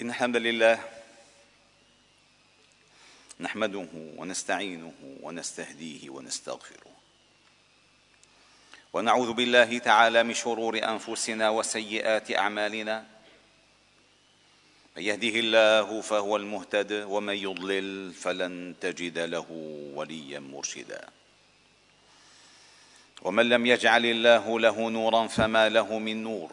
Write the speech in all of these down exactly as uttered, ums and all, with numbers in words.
إن الحمد لله نحمده ونستعينه ونستهديه ونستغفره، ونعوذ بالله تعالى من شرور أنفسنا وسيئات أعمالنا. من يهده الله فهو المهتد، ومن يضلل فلن تجد له وليا مرشدا. ومن لم يجعل الله له نورا فما له من نور.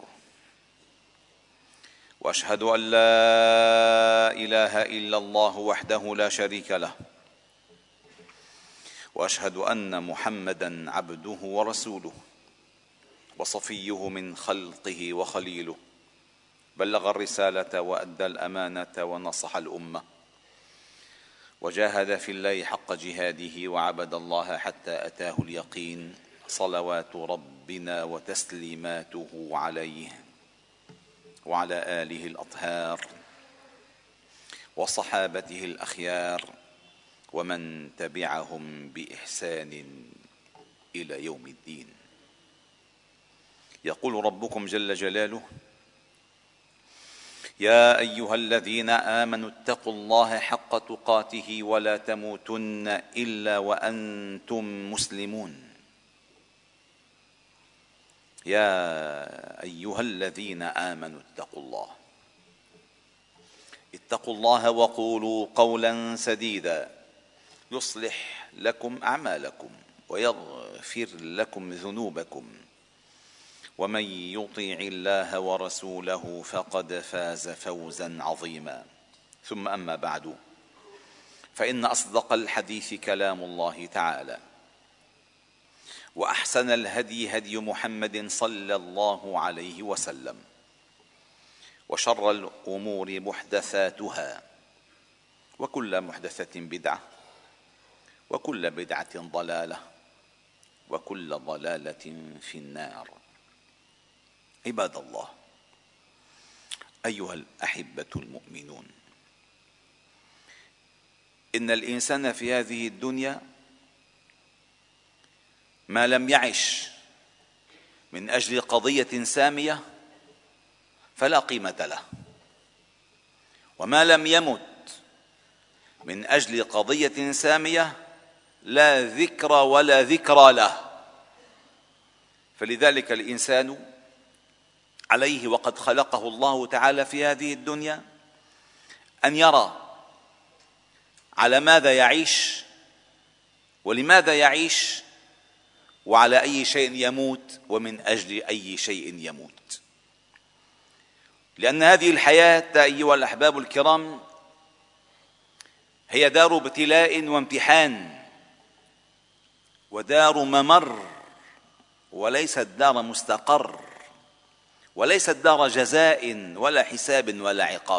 واشهد ان لا اله الا الله وحده لا شريك له، واشهد ان محمدا عبده ورسوله وصفيه من خلقه وخليله، بلغ الرسالة وأدى الأمانة ونصح الأمة، وجاهد في الله حق جهاده وعبد الله حتى أتاه اليقين، صلوات ربنا وتسليماته عليه وعلى آله الأطهار وصحابته الأخيار ومن تبعهم بإحسان إلى يوم الدين. يقول ربكم جل جلاله: يا أيها الذين آمنوا اتقوا الله حق تقاته ولا تموتن إلا وأنتم مسلمون. يا أيها الذين آمنوا اتقوا الله اتقوا الله وقولوا قولا سديدا يصلح لكم أعمالكم ويغفر لكم ذنوبكم، ومن يطيع الله ورسوله فقد فاز فوزا عظيما. ثم أما بعد، فإن أصدق الحديث كلام الله تعالى، وأحسن الهدي هدي محمد صلى الله عليه وسلم، وشر الأمور محدثاتها، وكل محدثة بدعة، وكل بدعة ضلالة، وكل ضلالة في النار. عباد الله، أيها الأحبة المؤمنون، إن الإنسان في هذه الدنيا ما لم يعش من أجل قضية سامية فلا قيمة له، وما لم يمت من أجل قضية سامية لا ذكر ولا ذكرى له. فلذلك الإنسان عليه، وقد خلقه الله تعالى في هذه الدنيا، أن يرى على ماذا يعيش، ولماذا يعيش، وعلى أي شيء يموت، ومن أجل أي شيء يموت. لأن هذه الحياة أيها الأحباب الكرام هي دار ابتلاء وامتحان، ودار ممر، وليست دار مستقر، وليست دار جزاء ولا حساب ولا عقاب.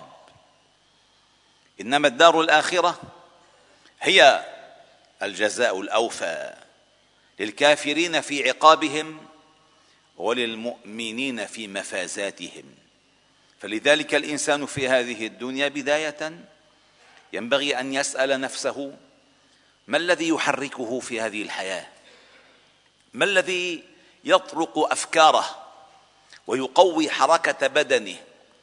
إنما الدار الآخرة هي الجزاء الأوفى للكافرين في عقابهم، وللمؤمنين في مفازاتهم. فلذلك الإنسان في هذه الدنيا بداية ينبغي أن يسأل نفسه: ما الذي يحركه في هذه الحياة؟ ما الذي يطرق أفكاره ويقوي حركة بدنه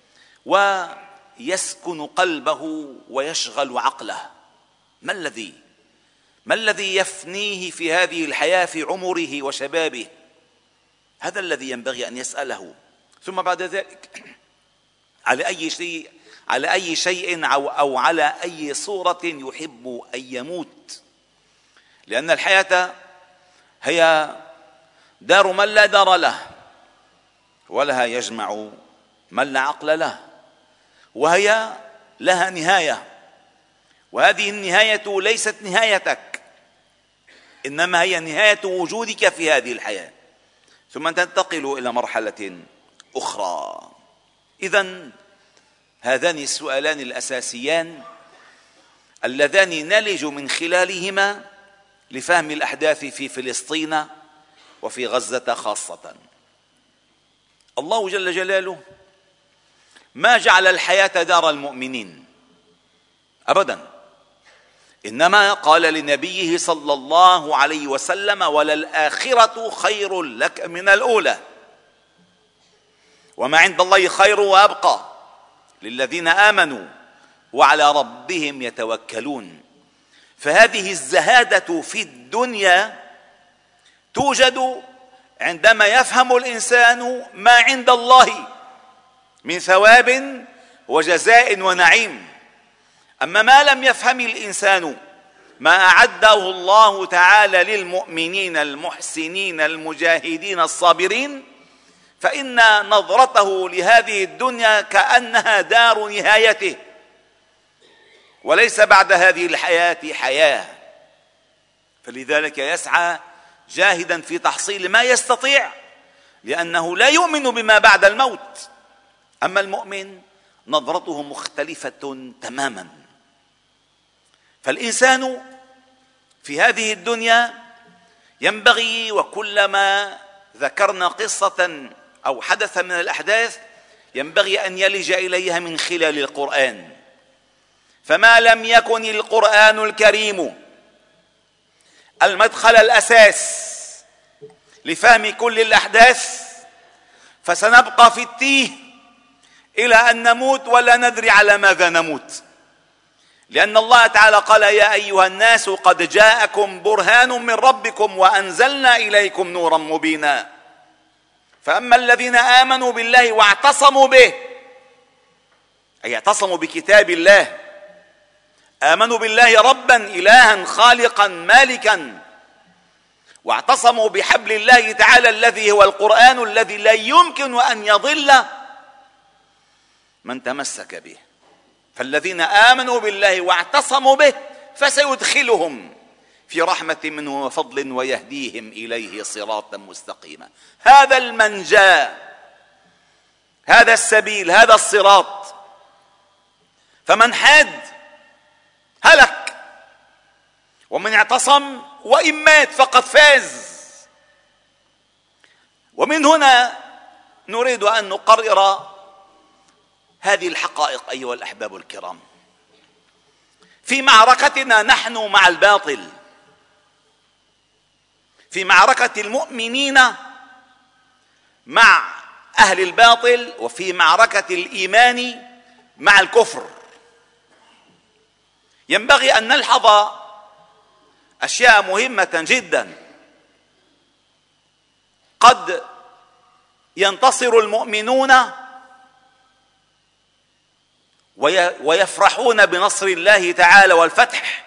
ويسكن قلبه ويشغل عقله؟ ما الذي ما الذي يفنيه في هذه الحياة في عمره وشبابه؟ هذا الذي ينبغي أن يسأله. ثم بعد ذلك على أي شيء على أي شيء أو, أو على أي صورة يحب أن يموت. لأن الحياة هي دار من لا دار له، ولها يجمع من لا عقل له، وهي لها نهاية، وهذه النهاية ليست نهايتك، إنما هي نهاية وجودك في هذه الحياة، ثم تنتقل إلى مرحلة أخرى. إذن هذان السؤالان الأساسيان اللذان نلج من خلالهما لفهم الأحداث في فلسطين وفي غزة خاصة. الله جل جلاله ما جعل الحياة دار المؤمنين أبدا، إنما قال لنبيه صلى الله عليه وسلم: وللآخرة خير لك من الأولى، وما عند الله خير وأبقى. للذين آمنوا وعلى ربهم يتوكلون. فهذه الزهادة في الدنيا توجد عندما يفهم الإنسان ما عند الله من ثواب وجزاء ونعيم. أما ما لم يفهم الإنسان ما أعده الله تعالى للمؤمنين المحسنين المجاهدين الصابرين، فإن نظرته لهذه الدنيا كأنها دار نهايته، وليس بعد هذه الحياة حياة. فلذلك يسعى جاهدا في تحصيل ما يستطيع، لأنه لا يؤمن بما بعد الموت. أما المؤمن نظرته مختلفة تماما. فالإنسان في هذه الدنيا ينبغي، وكلما ذكرنا قصة أو حدث من الأحداث ينبغي أن يلج إليها من خلال القرآن. فما لم يكن القرآن الكريم المدخل الأساس لفهم كل الأحداث فسنبقى في التيه إلى أن نموت ولا ندري على ماذا نموت. لأن الله تعالى قال: يا أيها الناس قد جاءكم برهان من ربكم وأنزلنا إليكم نورا مبينا. فأما الذين آمنوا بالله واعتصموا به، أي اعتصموا بكتاب الله، آمنوا بالله ربا إلها خالقا مالكا، واعتصموا بحبل الله تعالى الذي هو القرآن الذي لا يمكن أن يضل من تمسك به. فالذين آمنوا بالله واعتصموا به فسيدخلهم في رحمة منه وفضل ويهديهم إليه صراطا مستقيما. هذا المنجى، هذا السبيل، هذا الصراط. فمن حاد هلك، ومن اعتصم وإن مات فقد فاز. ومن هنا نريد أن نقرر هذه الحقائق أيها الأحباب الكرام. في معركتنا نحن مع الباطل، في معركة المؤمنين مع أهل الباطل، وفي معركة الإيمان مع الكفر، ينبغي أن نلحظ أشياء مهمة جدا. قد ينتصر المؤمنون ويفرحون بنصر الله تعالى والفتح،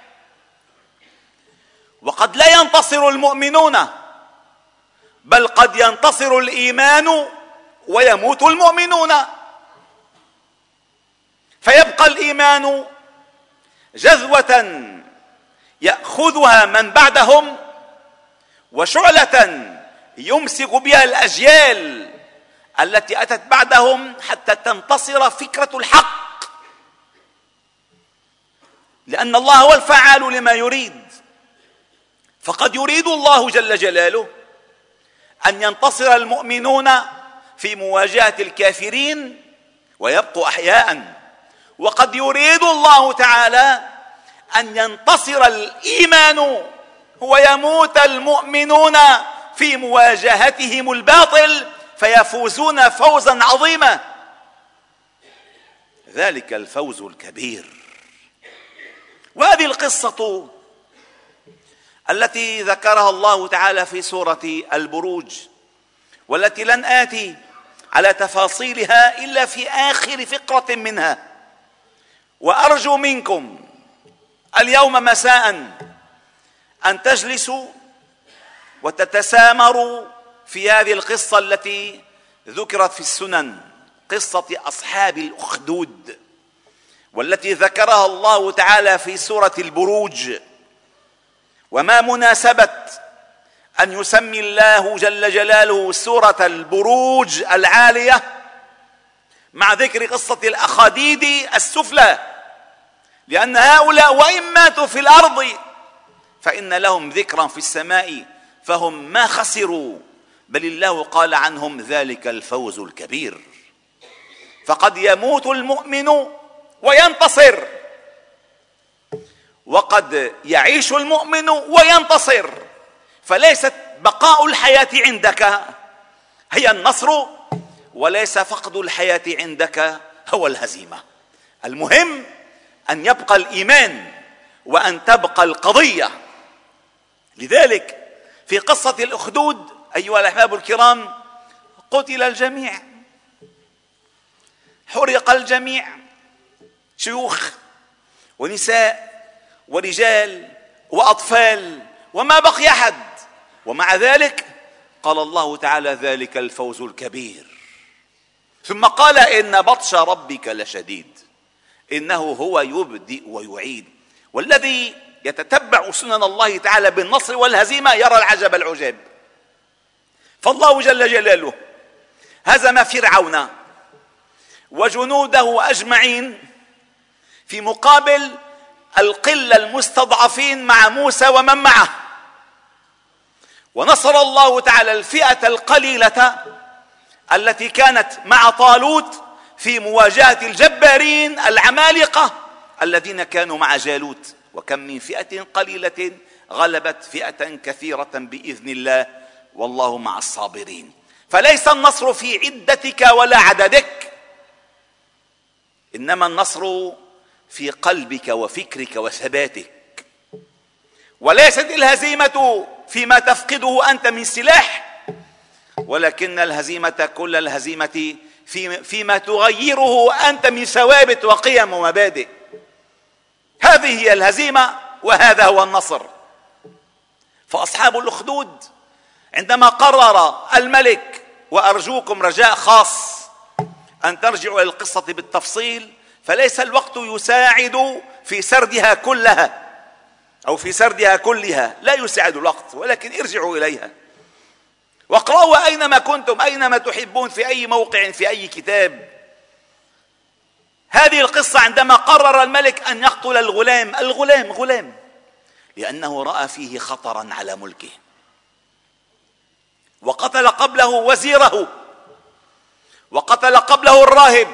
وقد لا ينتصر المؤمنون، بل قد ينتصر الإيمان ويموت المؤمنون، فيبقى الإيمان جذوة يأخذها من بعدهم، وشعلة يمسك بها الأجيال التي أتت بعدهم حتى تنتصر فكرة الحق. لأن الله هو الفعال لما يريد. فقد يريد الله جل جلاله أن ينتصر المؤمنون في مواجهة الكافرين ويبقوا أحياء، وقد يريد الله تعالى أن ينتصر الإيمان ويموت المؤمنون في مواجهتهم الباطل فيفوزون فوزا عظيما. ذلك الفوز الكبير. وهذه القصة التي ذكرها الله تعالى في سورة البروج، والتي لن آتي على تفاصيلها إلا في آخر فقرة منها، وأرجو منكم اليوم مساء أن تجلسوا وتتسامروا في هذه القصة التي ذكرت في السنن، قصة أصحاب الأخدود، والتي ذكرها الله تعالى في سورة البروج. وما مناسبة أن يسمي الله جل جلاله سورة البروج العالية مع ذكر قصة الأخاديد السفلى؟ لأن هؤلاء وإن ماتوا في الأرض فإن لهم ذكرا في السماء، فهم ما خسروا، بل الله قال عنهم: ذلك الفوز الكبير. فقد يموت المؤمن وينتصر، وقد يعيش المؤمن وينتصر. فليست بقاء الحياة عندك هي النصر، وليس فقد الحياة عندك هو الهزيمة. المهم أن يبقى الإيمان وأن تبقى القضية. لذلك في قصة الأخدود أيها الأحباب الكرام قتل الجميع، حرق الجميع، شيوخ ونساء ورجال وأطفال، وما بقي أحد. ومع ذلك قال الله تعالى ذلك الفوز الكبير. ثم قال إن بطش ربك لشديد إنه هو يبدئ ويعيد. والذي يتتبع سنن الله تعالى بالنصر والهزيمة يرى العجب العجاب. فالله جل جلاله هزم فرعون وجنوده أجمعين في مقابل القلة المستضعفين مع موسى ومن معه، ونصر الله تعالى الفئة القليلة التي كانت مع طالوت في مواجهة الجبارين العمالقة الذين كانوا مع جالوت. وكم من فئة قليلة غلبت فئة كثيرة بإذن الله، والله مع الصابرين. فليس النصر في عدتك ولا عددك، إنما النصر في قلبك وفكرك وثباتك. وليست الهزيمة فيما تفقده أنت من سلاح، ولكن الهزيمة كل الهزيمة فيما تغيره أنت من ثوابت وقيم ومبادئ. هذه هي الهزيمة وهذا هو النصر. فأصحاب الأخدود عندما قرر الملك، وأرجوكم رجاء خاص أن ترجعوا إلى القصة بالتفصيل، فليس الوقت يساعد في سردها كلها أو في سردها كلها، لا يساعد الوقت، ولكن ارجعوا إليها واقرأوا أينما كنتم، أينما تحبون، في أي موقع، في أي كتاب. هذه القصة عندما قرر الملك أن يقتل الغلام، الغلام غلام لأنه رأى فيه خطرا على ملكه، وقتل قبله وزيره، وقتل قبله الراهب،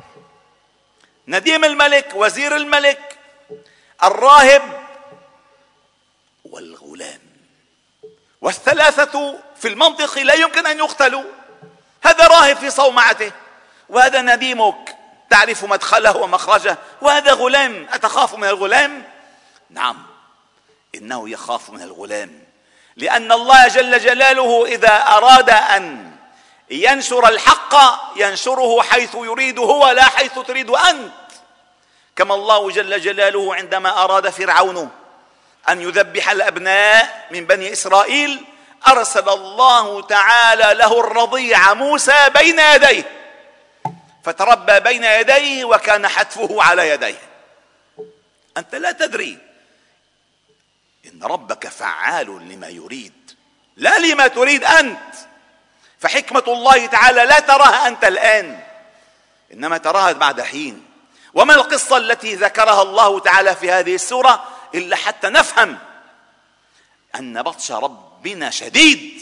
نديم الملك، وزير الملك، الراهب والغلام، والثلاثة في المنطق لا يمكن أن يقتلوا. هذا راهب في صومعته، وهذا نديمك تعرف مدخله ومخرجه، وهذا غلام. أتخاف من الغلام؟ نعم، إنه يخاف من الغلام، لأن الله جل جلاله إذا أراد أن ينشر الحق ينشره حيث يريد هو، لا حيث تريد أنت. كما الله جل جلاله عندما أراد فرعون أن يذبح الأبناء من بني إسرائيل أرسل الله تعالى له الرضيع موسى بين يديه، فتربى بين يديه وكان حتفه على يديه. أنت لا تدري إن ربك فعال لما يريد، لا لما تريد أنت. فحكمة الله تعالى لا تراها أنت الآن، إنما تراها بعد حين. وما القصة التي ذكرها الله تعالى في هذه السورة إلا حتى نفهم أن بطش ربنا شديد،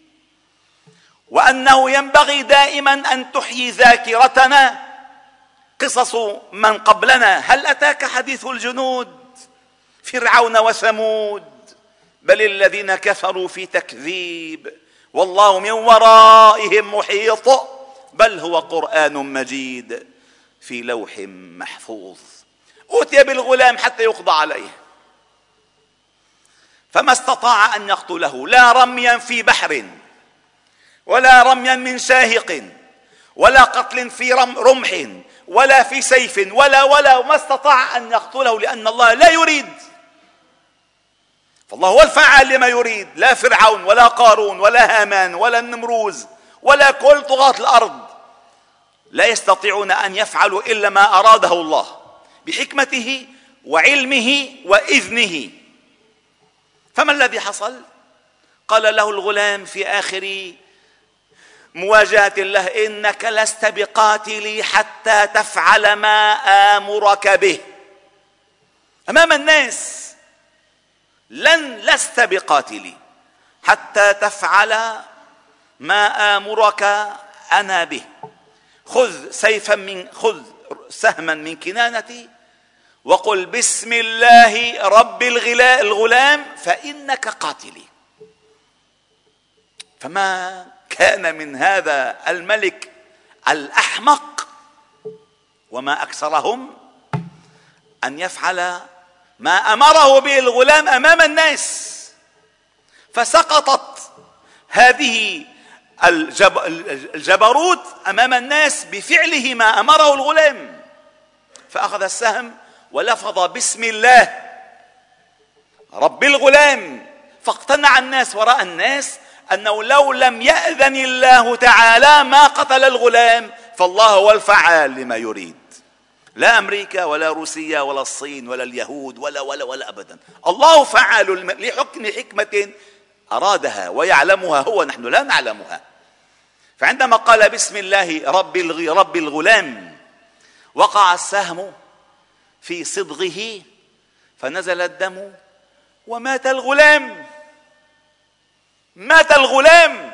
وأنه ينبغي دائما أن تحيي ذاكرتنا قصص من قبلنا. هل أتاك حديث الجنود فرعون وثمود؟ بل الذين كفروا في تكذيب، والله من ورائهم محيط، بل هو قرآن مجيد في لوح محفوظ. أوتي بالغلام حتى يقضى عليه، فما استطاع أن يقتله، لا رميا في بحر، ولا رميا من شاهق، ولا قتل في رمح، ولا في سيف، ولا ولا ما استطاع أن يقتله، لأن الله لا يريد. فالله هو الفعال لما يريد، لا فرعون ولا قارون ولا هامان ولا النمروز ولا كل طغاة الأرض لا يستطيعون أن يفعلوا إلا ما أراده الله بحكمته وعلمه وإذنه. فما الذي حصل؟ قال له الغلام في آخر مواجهة له: إنك لست بقاتلي حتى تفعل ما آمرك به. أمام الناس: لن لست بقاتلي حتى تفعل ما آمرك أنا به. خذ سيفا من خذ سهما من كنانتي وقل بسم الله رب الغلام فإنك قاتلي. فما كان من هذا الملك الأحمق وما أكثرهم أن يفعل ما أمره به الغلام أمام الناس، فسقطت هذه الجب... الجبروت أمام الناس بفعله ما أمره الغلام، فأخذ السهم ولفظ بسم الله رب الغلام، فاقتنع الناس ورأى الناس أنه لو لم يأذن الله تعالى ما قتل الغلام، فالله هو الفعال لما يريد، لا أمريكا ولا روسيا ولا الصين ولا اليهود ولا ولا ولا أبدا، الله فعال لحكم حكمة أرادها ويعلمها هو، نحن لا نعلمها. فعندما قال بسم الله رب رب الغلام وقع السهم في صدغه فنزل الدم ومات الغلام، مات الغلام،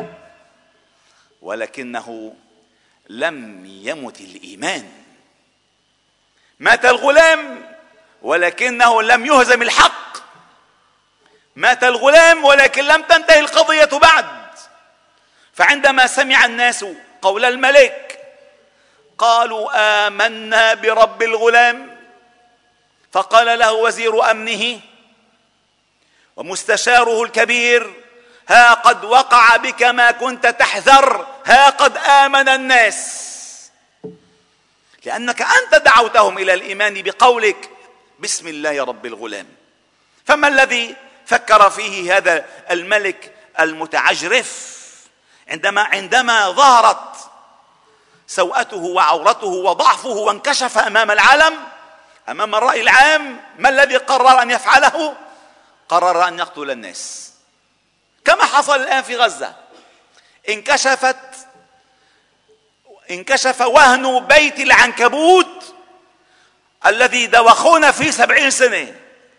ولكنه لم يمت الإيمان. مات الغلام ولكنه لم يهزم الحق، مات الغلام ولكن لم تنتهي القضية بعد. فعندما سمع الناس قول الملك قالوا آمنا برب الغلام، فقال له وزير أمنه ومستشاره الكبير ها قد وقع بك ما كنت تحذر، ها قد آمن الناس، لأنك أنت دعوتهم إلى الإيمان بقولك بسم الله رب الغلام. فما الذي فكر فيه هذا الملك المتعجرف عندما عندما ظهرت سوءته وعورته وضعفه وانكشف أمام العالم أمام الرأي العام؟ ما الذي قرر أن يفعله؟ قرر أن يقتل الناس، كما حصل الآن في غزة. انكشفت انكشف وهن بيت العنكبوت الذي دوخونا فيه سبعين سنة،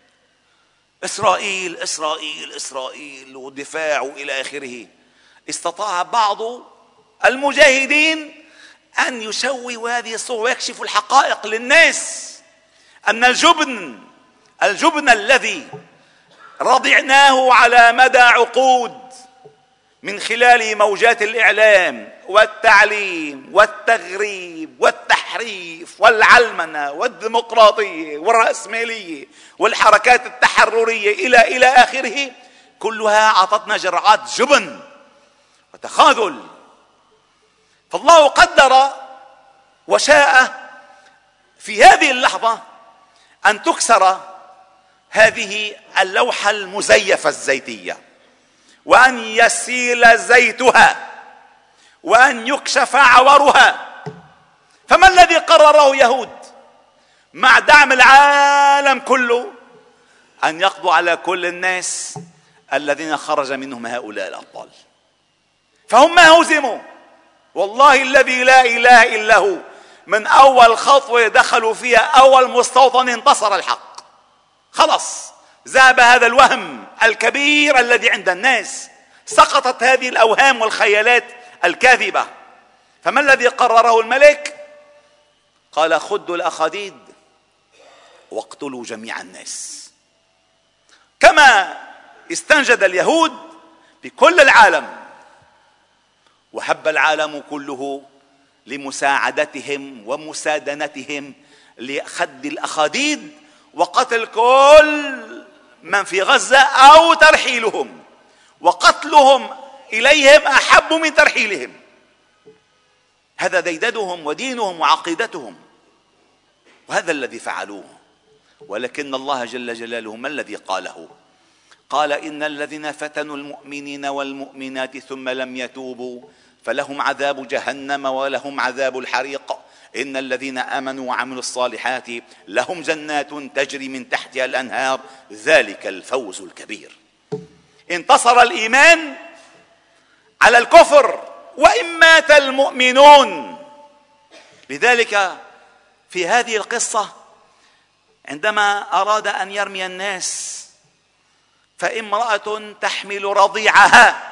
إسرائيل إسرائيل إسرائيل والدفاع إلى آخره. استطاع بعض المجاهدين أن يشوهوا هذه الصورة ويكشفوا الحقائق للناس، أن الجبن الجبن الذي رضعناه على مدى عقود من خلال موجات الإعلام والتعليم والتغريب والتحريف والعلمنة والديمقراطية والرأسمالية والحركات التحررية إلى إلى آخره، كلها أعطتنا جرعات جبن وتخاذل. فالله قدر وشاء في هذه اللحظة أن تكسر هذه اللوحة المزيفة الزيتية، وأن يسيل زيتها، وأن يكشف عورها. فما الذي قرره يهود مع دعم العالم كله؟ أن يقضوا على كل الناس الذين خرج منهم هؤلاء الأبطال. فهم ما هزموا، والله الذي لا إله إلا هو، من أول خطوة دخلوا فيها أول مستوطن انتصر الحق. خلص ذهب هذا الوهم الكبير الذي عند الناس، سقطت هذه الأوهام والخيالات الكاذبة. فما الذي قرره الملك؟ قال خذوا الأخاديد واقتلوا جميع الناس، كما استنجد اليهود بكل العالم، وهب العالم كله لمساعدتهم ومسادنتهم لخد الأخاديد وقتل كل من في غزة أو ترحيلهم، وقتلهم إليهم أحب من ترحيلهم. هذا ديدنهم ودينهم وعقيدتهم، وهذا الذي فعلوه. ولكن الله جل جلاله ما الذي قاله؟ قال إن الذين فتنوا المؤمنين والمؤمنات ثم لم يتوبوا فلهم عذاب جهنم ولهم عذاب الحريق. إن الذين آمنوا وعملوا الصالحات لهم جنات تجري من تحتها الأنهار ذلك الفوز الكبير. انتصر الإيمان على الكفر وإن مات المؤمنون. لذلك في هذه القصة عندما أراد أن يرمي الناس فامرأة تحمل رضيعها،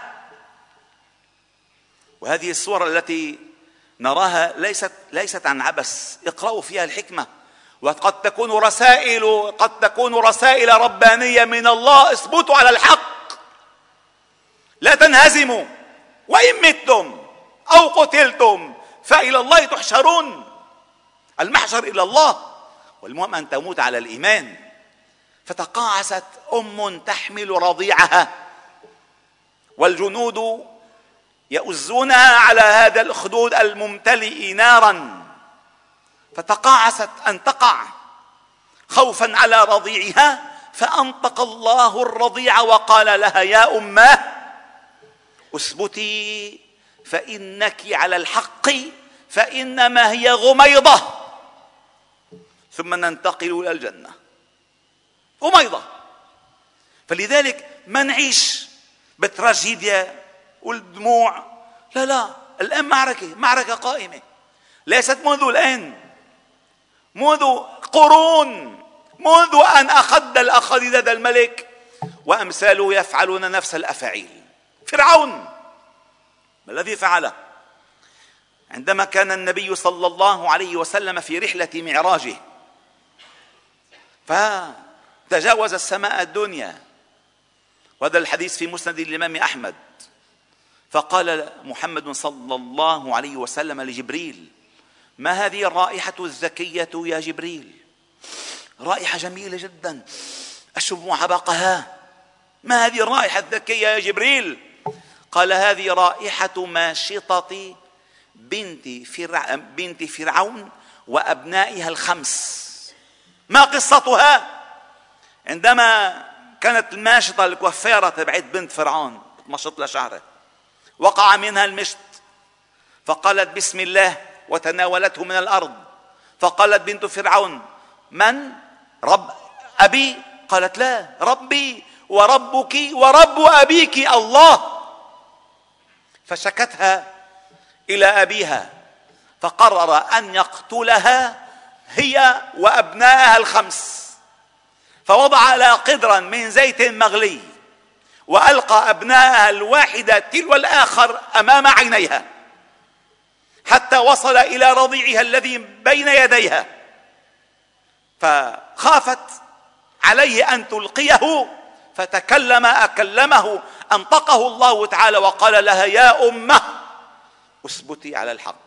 وهذه الصورة التي نراها ليست ليست عن عبث، اقرأوا فيها الحكمة، وقد تكون رسائل قد تكون رسائل ربانية من الله. اثبتوا على الحق، لا تنهزموا، وإن متم أو قتلتم فإلى الله تحشرون. المحشر إلى الله، والمهم أن تموت على الإيمان. فتقاعست أم تحمل رضيعها والجنود يؤزونها على هذا الأخدود الممتلئ نارا، فتقاعست أن تقع خوفا على رضيعها، فأنطق الله الرضيع وقال لها: يا أماه اثبتي فإنك على الحق، فإنما هي غميضة ثم ننتقل إلى الجنة. غميضة. فلذلك ما نعيش بالتراجيديا والدموع، لا لا، الآن معركة معركة قائمة، ليست منذ الآن، منذ قرون، منذ أن أخذ الأخذ الملك وأمثاله يفعلون نفس الأفاعيل. فرعون ما الذي فعله؟ عندما كان النبي صلى الله عليه وسلم في رحلة معراجه فتجاوز السماء الدنيا، وهذا الحديث في مسند الإمام أحمد، فقال محمد صلى الله عليه وسلم لجبريل: ما هذه الرائحة الزكية يا جبريل؟ رائحة جميلة جدا أشم عبقها. ما هذه الرائحة الزكية يا جبريل؟ قال: هذه رائحة ماشطة بنت فرع بنت فرعون وأبنائها الخمس. ما قصتها؟ عندما كانت الماشطة الكوافيرة تبعت بنت فرعون مشط لها شعره، وقع منها المشط فقالت بسم الله وتناولته من الأرض، فقالت بنت فرعون: من؟ رب أبي؟ قالت: لا، ربي وربك ورب أبيك الله. فشكتها إلى أبيها فقرر أن يقتلها هي وأبنائها الخمس، فوضع لها قدرا من زيت مغلي وألقى أبنائها الواحدة تلو الآخر أمام عينيها حتى وصل إلى رضيعها الذي بين يديها، فخافت عليه أن تلقيه فتكلم أكلمه أنطقه الله تعالى وقال لها: يا أمه اثبتي على الحق.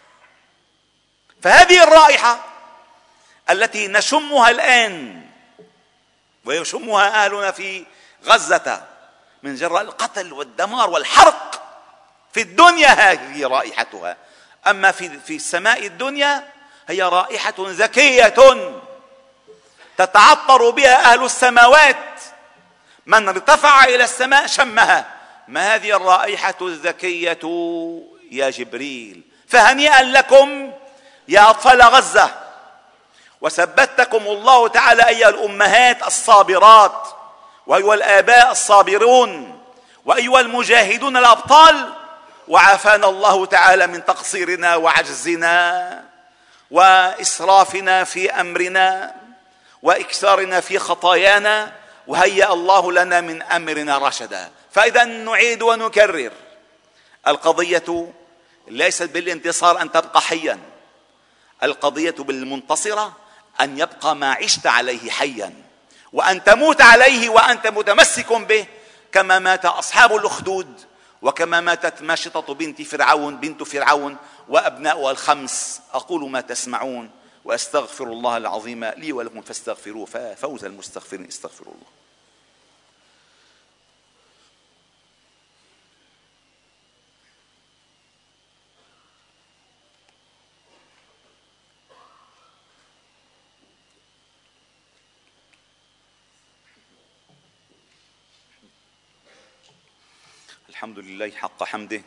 فهذه الرائحة التي نشمها الآن ويشمها أهلنا في غزة من جراء القتل والدمار والحرق في الدنيا، هذه رائحتها. أما في في السماء الدنيا هي رائحة زكية تتعطر بها أهل السماوات، من ارتفع إلى السماء شمها. ما هذه الرائحة الزكية يا جبريل؟ فهنيئا لكم يا أطفال غزة، وثبتكم الله تعالى أيها الأمهات الصابرات، وأيها الآباء الصابرون، وأيها المجاهدون الأبطال، وعافانا الله تعالى من تقصيرنا وعجزنا وإسرافنا في أمرنا وإكثارنا في خطايانا، وهيأ الله لنا من أمرنا رشدا. فإذا نعيد ونكرر: القضية ليست بالانتصار أن تبقى حيا، القضية بالمنتصرة أن يبقى ما عشت عليه حيا، وأن تموت عليه وأنت متمسك به، كما مات أصحاب الأخدود، وكما ماتت ماشطة بنت فرعون بنت فرعون وأبناؤها الخمس. أقول ما تسمعون وأستغفر الله العظيم لي ولكم فاستغفروه، ففوز المستغفرين. استغفروا الله. الحمد لله حق حمده،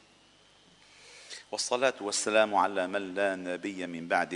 والصلاة والسلام على من لا نبي من بعده،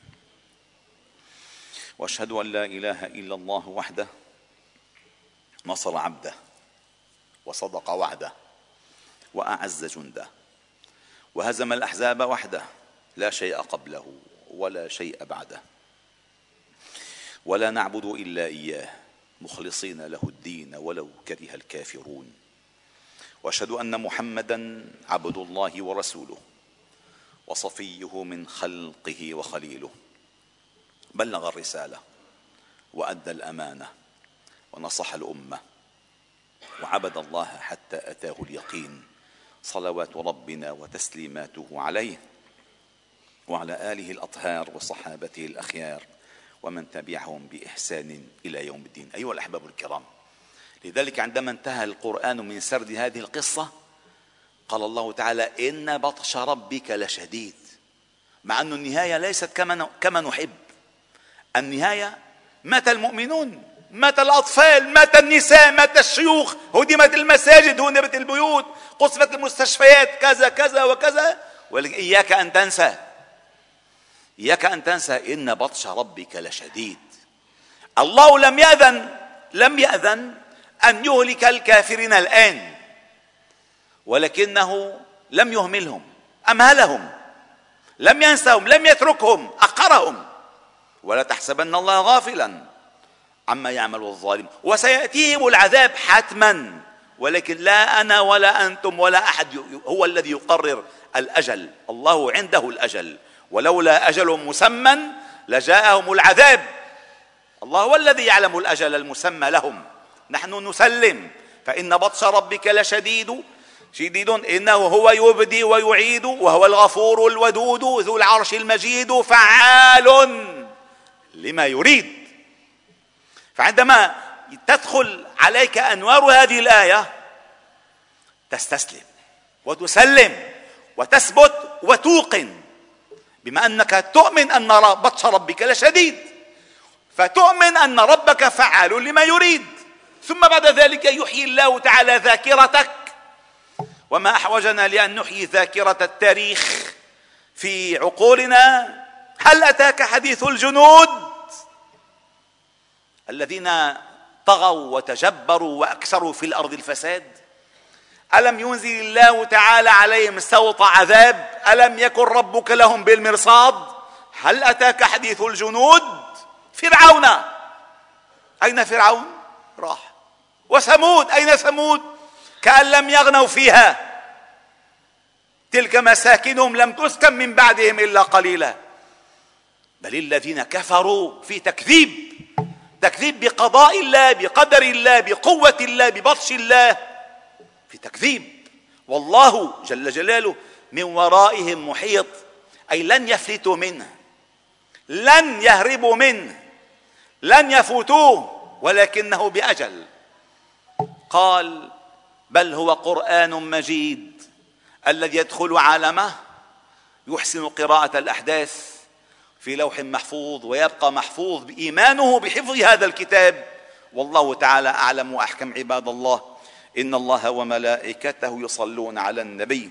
وأشهد أن لا إله إلا الله وحده نصر عبده وصدق وعده وأعز جنده وهزم الأحزاب وحده، لا شيء قبله ولا شيء بعده، ولا نعبد إلا إياه مخلصين له الدين ولو كره الكافرون. وأشهد أن محمدا عبد الله ورسوله وصفيه من خلقه وخليله، بلغ الرسالة وأدى الأمانة ونصح الأمة وعبد الله حتى أتاه اليقين، صلوات ربنا وتسليماته عليه وعلى آله الأطهار وصحابته الأخيار ومن تبعهم بإحسان إلى يوم الدين. أيها الأحباب الكرام، لذلك عندما انتهى القرآن من سرد هذه القصة قال الله تعالى: إن بطش ربك لشديد. مع أن النهاية ليست كما كما نحب. النهاية مات المؤمنون، مات الأطفال، مات النساء، مات الشيوخ، هدمت المساجد، هدمت البيوت، قصفت المستشفيات، كذا كذا وكذا. ولكن إياك أن تنسى، إياك أن تنسى إن بطش ربك لشديد. الله لم يأذن لم يأذن أن يهلك الكافرين الآن، ولكنه لم يهملهم، أمهلهم، لم ينسهم، لم يتركهم، أقرهم. ولا تحسبن الله غافلا عما يعمل الظالم، وسيأتيهم العذاب حتما، ولكن لا أنا ولا أنتم ولا أحد هو الذي يقرر الأجل، الله عنده الأجل، ولولا أجل مسمى لجاءهم العذاب. الله هو الذي يعلم الأجل المسمى لهم، نحن نسلم. فإن بطش ربك لشديد شديد إنه هو يبدي ويعيد وهو الغفور الودود ذو العرش المجيد فعال لما يريد. فعندما تدخل عليك أنوار هذه الآية تستسلم وتسلم وتثبت وتوقن، بما أنك تؤمن أن بطش ربك لشديد، فتؤمن أن ربك فعال لما يريد. ثم بعد ذلك يحيي الله تعالى ذاكرتك. وما أحوجنا لأن نحيي ذاكرة التاريخ في عقولنا؟ هل أتاك حديث الجنود الذين طغوا وتجبروا وأكثروا في الأرض الفساد؟ ألم ينزل الله تعالى عليهم سوط عذاب؟ ألم يكن ربك لهم بالمرصاد؟ هل أتاك حديث الجنود؟ فرعون، أين فرعون؟ راح. وثمود، أين ثمود؟ كأن لم يغنوا فيها، تلك مساكنهم لم تسكن من بعدهم إلا قليلا. بل الذين كفروا في تكذيب، تكذيب بقضاء الله، بقدر الله، بقوة الله، ببطش الله، في تكذيب. والله جل جلاله من ورائهم محيط، أي لن يفلتوا منه، لن يهربوا منه، لن يفوتوه، ولكنه بأجل. قال: بل هو قرآن مجيد الذي يدخل عالمه يحسن قراءة الأحداث في لوح محفوظ، ويبقى محفوظ بإيمانه بحفظ هذا الكتاب. والله تعالى أعلم وأحكم. عباد الله، إن الله وملائكته يصلون على النبي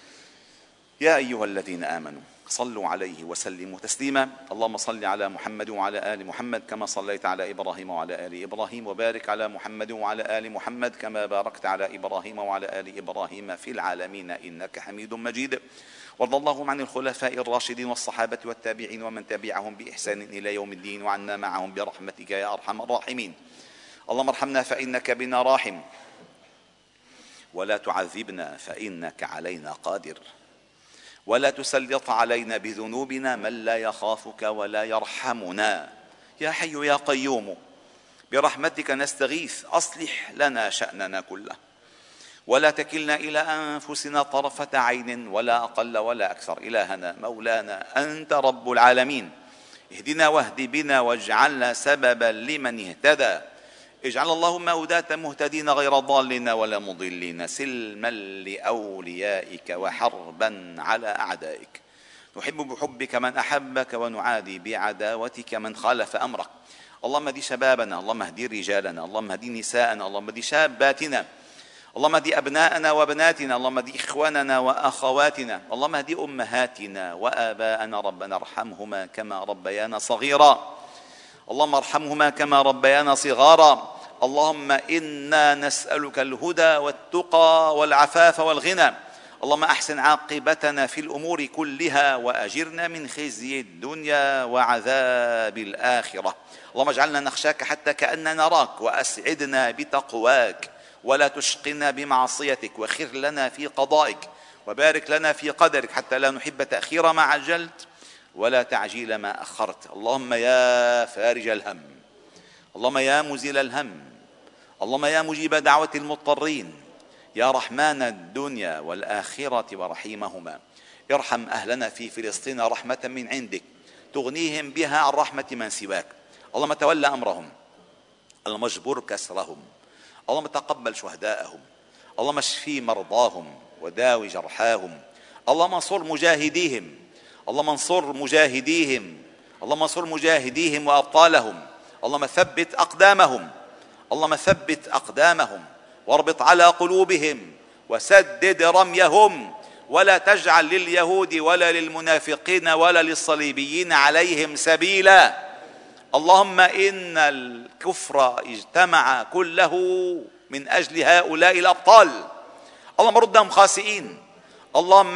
يا أيها الذين آمنوا صلوا عليه وسلموا تسليما. اللهم صل على محمد وعلى آل محمد كما صليت على إبراهيم وعلى آل إبراهيم، وبارك على محمد وعلى آل محمد كما باركت على إبراهيم وعلى آل إبراهيم في العالمين إنك حميد مجيد. وارض اللهم عن الخلفاء الراشدين والصحابة والتابعين ومن تبعهم بإحسان إلى يوم الدين، وعنا معهم برحمتك يا أرحم الراحمين. اللهم ارحمنا فإنك بنا راحم، ولا تعذبنا فإنك علينا قادر، ولا تسلط علينا بذنوبنا من لا يخافك ولا يرحمنا. يا حي يا قيوم برحمتك نستغيث، أصلح لنا شأننا كله، ولا تكلنا إلى أنفسنا طرفة عين ولا أقل ولا أكثر. إلهنا مولانا أنت رب العالمين، اهدنا واهد بنا واجعلنا سببا لمن اهتدى. اجعل اللهم هداة مهتدين غير ضالين ولا مضلين، سلما لأوليائك وحربا على أعدائك. نحب بحبك من أحبك ونعادي بعداوتك من خالف أمرك. اللهم اهد شبابنا، اللهم اهد رجالنا، اللهم اهد نساءنا، اللهم اهد شاباتنا، اللهم اهد أبناءنا وبناتنا، اللهم اهد إخواننا وأخواتنا، اللهم اهد أمهاتنا وآباءنا. ربنا ارحمهما كما ربيانا صغيرا، اللهم ارحمهما كما ربيانا صغارا. اللهم إنا نسألك الهدى والتقى والعفاف والغنى. اللهم أحسن عاقبتنا في الأمور كلها، وأجرنا من خزي الدنيا وعذاب الآخرة. اللهم اجعلنا نخشاك حتى كأننا نراك، وأسعدنا بتقواك، ولا تشقنا بمعصيتك، وخير لنا في قضائك، وبارك لنا في قدرك، حتى لا نحب تأخير ما عجلت ولا تعجيل ما أخرت. اللهم يا فارج الهم، اللهم يا مزيل الهم، اللهم يا مجيب دعوة المضطرين، يا رحمن الدنيا والآخرة ورحيمهما، ارحم أهلنا في فلسطين رحمة من عندك تغنيهم بها عن رحمة من سواك. اللهم تولى أمرهم، اللهم اجبر كسرهم، اللهم تقبل شهداءهم، اللهم اشفي مرضاهم وداوي جرحاهم، اللهم انصر مجاهديهم، اللهم انصر مجاهديهم، اللهم انصر مجاهديهم وأبطالهم، اللهم ثبت أقدامهم، اللهم ثبت أقدامهم واربط على قلوبهم وسدد رميهم، ولا تجعل لليهود ولا للمنافقين ولا للصليبيين عليهم سبيلا. اللهم إن الكفر اجتمع كله من أجل هؤلاء الأبطال، اللهم ردهم خاسئين. اللهم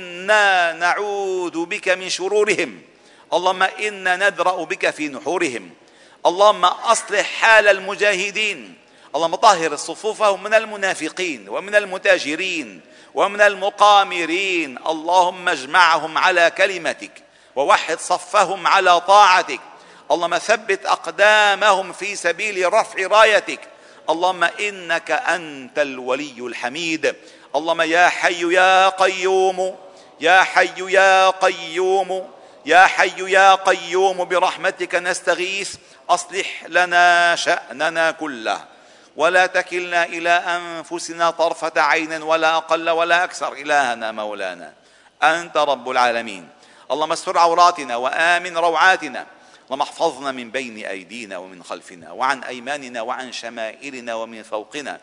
إنا نعوذ بك من شرورهم، اللهم إنا ندرأ بك في نحورهم. اللهم أصلح حال المجاهدين، اللهم طهر صفوفهم من المنافقين ومن المتاجرين ومن المقامرين. اللهم اجمعهم على كلمتك ووحد صفهم على طاعتك. اللهم ثبت أقدامهم في سبيل رفع رايتك. اللهم إنك أنت الولي الحميد. اللهم يا حي يا قيوم، يا حي يا قيوم، يا حي يا قيوم برحمتك نستغيث، أصلح لنا شأننا كله ولا تكلنا إلى أنفسنا طرفة عين ولا أقل ولا أكثر. إلهنا مولانا أنت رب العالمين. اللهم استر عوراتنا وآمن روعاتنا، اللهم احفظنا من بين أيدينا ومن خلفنا وعن أيماننا وعن شمائلنا ومن فوقنا،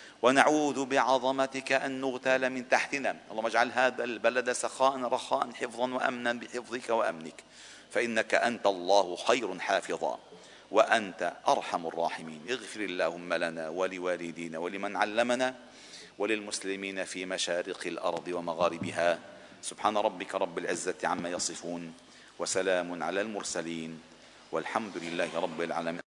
ونعوذ بعظمتك أن نغتال من تحتنا. اللهم اجعل هذا البلد سخاء رخاء حفظا وأمنا بحفظك وأمنك، فإنك أنت الله خير حافظا وأنت أرحم الراحمين. اغفر اللهم لنا ولوالدينا ولمن علمنا وللمسلمين في مشارق الأرض ومغاربها. سبحان ربك رب العزة عما يصفون وسلام على المرسلين والحمد لله رب العالمين.